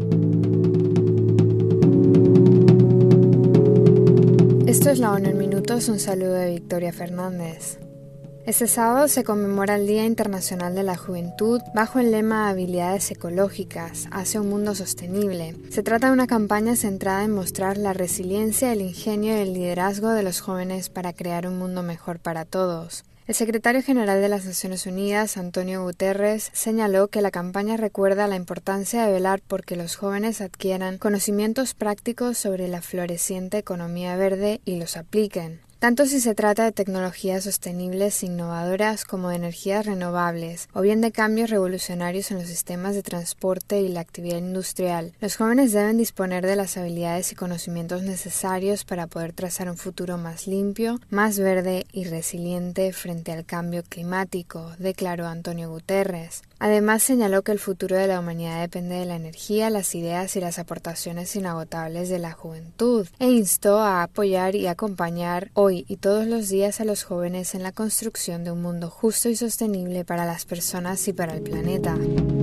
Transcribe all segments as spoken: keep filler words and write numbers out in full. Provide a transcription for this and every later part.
Esto es la ONU en Minutos, un saludo de Victoria Fernández. Este sábado se conmemora el Día Internacional de la Juventud bajo el lema Habilidades Ecológicas, hacia un mundo sostenible. Se trata de una campaña centrada en mostrar la resiliencia, el ingenio y el liderazgo de los jóvenes para crear un mundo mejor para todos. El secretario general de las Naciones Unidas, Antonio Guterres, señaló que la campaña recuerda la importancia de velar por que los jóvenes adquieran conocimientos prácticos sobre la floreciente economía verde y los apliquen, tanto si se trata de tecnologías sostenibles e innovadoras como de energías renovables, o bien de cambios revolucionarios en los sistemas de transporte y la actividad industrial. Los jóvenes deben disponer de las habilidades y conocimientos necesarios para poder trazar un futuro más limpio, más verde y resiliente frente al cambio climático, declaró Antonio Guterres. Además, señaló que el futuro de la humanidad depende de la energía, las ideas y las aportaciones inagotables de la juventud, e instó a apoyar y acompañar hoy y todos los días a los jóvenes en la construcción de un mundo justo y sostenible para las personas y para el planeta.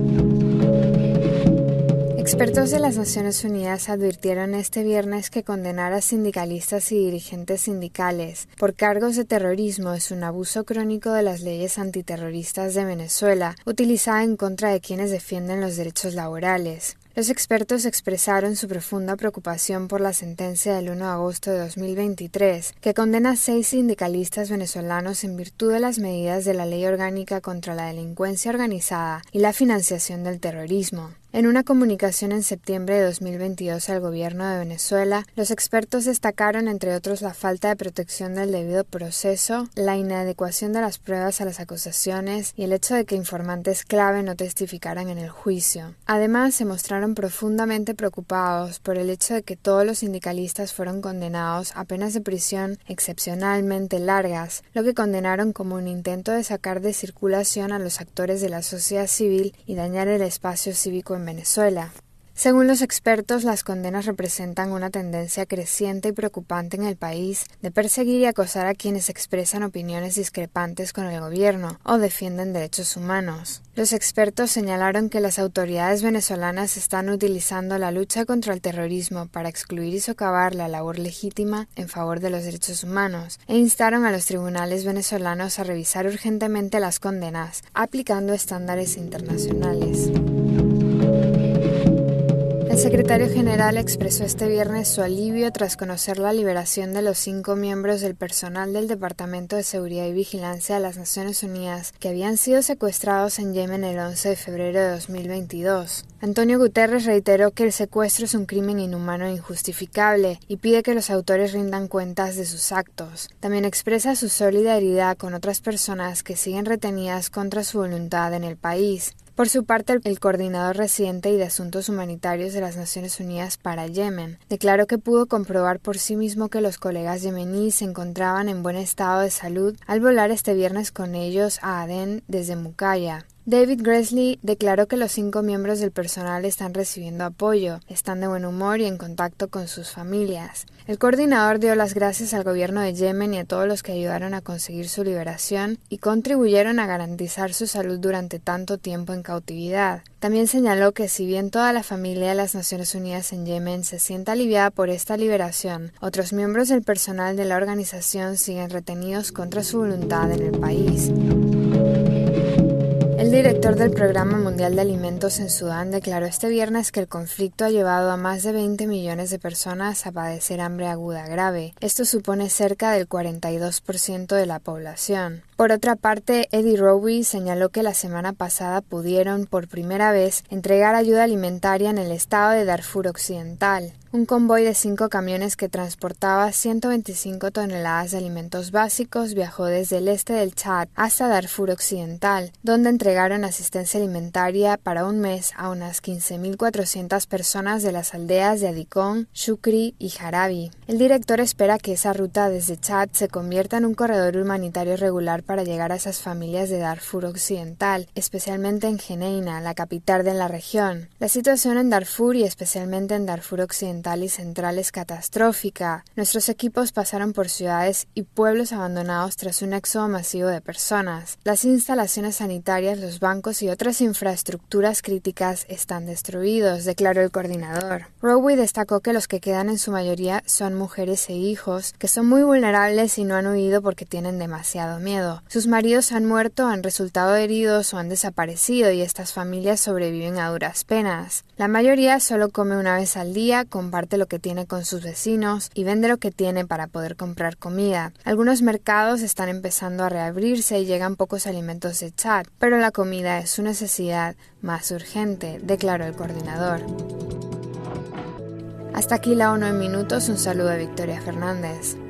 Expertos de las Naciones Unidas advirtieron este viernes que condenar a sindicalistas y dirigentes sindicales por cargos de terrorismo es un abuso crónico de las leyes antiterroristas de Venezuela, utilizada en contra de quienes defienden los derechos laborales. Los expertos expresaron su profunda preocupación por la sentencia del uno de agosto de dos mil veintitrés, que condena a seis sindicalistas venezolanos en virtud de las medidas de la Ley Orgánica contra la Delincuencia Organizada y la Financiación del Terrorismo. En una comunicación en septiembre de dos mil veintidós al gobierno de Venezuela, los expertos destacaron, entre otros, la falta de protección del debido proceso, la inadecuación de las pruebas a las acusaciones y el hecho de que informantes clave no testificaran en el juicio. Además, se mostraron profundamente preocupados por el hecho de que todos los sindicalistas fueron condenados a penas de prisión excepcionalmente largas, lo que condenaron como un intento de sacar de circulación a los actores de la sociedad civil y dañar el espacio cívico en Venezuela. Según los expertos, las condenas representan una tendencia creciente y preocupante en el país de perseguir y acosar a quienes expresan opiniones discrepantes con el gobierno o defienden derechos humanos. Los expertos señalaron que las autoridades venezolanas están utilizando la lucha contra el terrorismo para excluir y socavar la labor legítima en favor de los derechos humanos e instaron a los tribunales venezolanos a revisar urgentemente las condenas, aplicando estándares internacionales. El secretario general expresó este viernes su alivio tras conocer la liberación de los cinco miembros del personal del Departamento de Seguridad y Vigilancia de las Naciones Unidas que habían sido secuestrados en Yemen el once de febrero de dos mil veintidós. Antonio Guterres reiteró que el secuestro es un crimen inhumano e injustificable y pide que los autores rindan cuentas de sus actos. También expresa su solidaridad con otras personas que siguen retenidas contra su voluntad en el país. Por su parte, el coordinador residente y de asuntos humanitarios de las Naciones Unidas para Yemen declaró que pudo comprobar por sí mismo que los colegas yemeníes se encontraban en buen estado de salud al volar este viernes con ellos a Adén desde Mukalla. David Gressly declaró que los cinco miembros del personal están recibiendo apoyo, están de buen humor y en contacto con sus familias. El coordinador dio las gracias al gobierno de Yemen y a todos los que ayudaron a conseguir su liberación y contribuyeron a garantizar su salud durante tanto tiempo en cautividad. También señaló que si bien toda la familia de las Naciones Unidas en Yemen se siente aliviada por esta liberación, otros miembros del personal de la organización siguen retenidos contra su voluntad en el país. El director del Programa Mundial de Alimentos en Sudán declaró este viernes que el conflicto ha llevado a más de veinte millones de personas a padecer hambre aguda grave. Esto supone cerca del cuarenta y dos por ciento de la población. Por otra parte, Eddie Rowe señaló que la semana pasada pudieron, por primera vez, entregar ayuda alimentaria en el estado de Darfur Occidental. Un convoy de cinco camiones que transportaba ciento veinticinco toneladas de alimentos básicos viajó desde el este del Chad hasta Darfur Occidental, donde entregaron asistencia alimentaria para un mes a unas quince mil cuatrocientas personas de las aldeas de Adikon, Shukri y Jarabi. El director espera que esa ruta desde Chad se convierta en un corredor humanitario regular para llegar a esas familias de Darfur Occidental, especialmente en Geneina, la capital de la región. La situación en Darfur y especialmente en Darfur Occidental y Central es catastrófica. Nuestros equipos pasaron por ciudades y pueblos abandonados tras un éxodo masivo de personas. Las instalaciones sanitarias, los bancos y otras infraestructuras críticas están destruidos, declaró el coordinador. Rowe destacó que los que quedan en su mayoría son mujeres e hijos, que son muy vulnerables y no han huido porque tienen demasiado miedo. Sus maridos han muerto, han resultado heridos o han desaparecido y estas familias sobreviven a duras penas. La mayoría solo come una vez al día, comparte lo que tiene con sus vecinos y vende lo que tiene para poder comprar comida. Algunos mercados están empezando a reabrirse y llegan pocos alimentos de Chad, pero la comida es su necesidad más urgente, declaró el coordinador. Hasta aquí la ONU en minutos, un saludo de Victoria Fernández.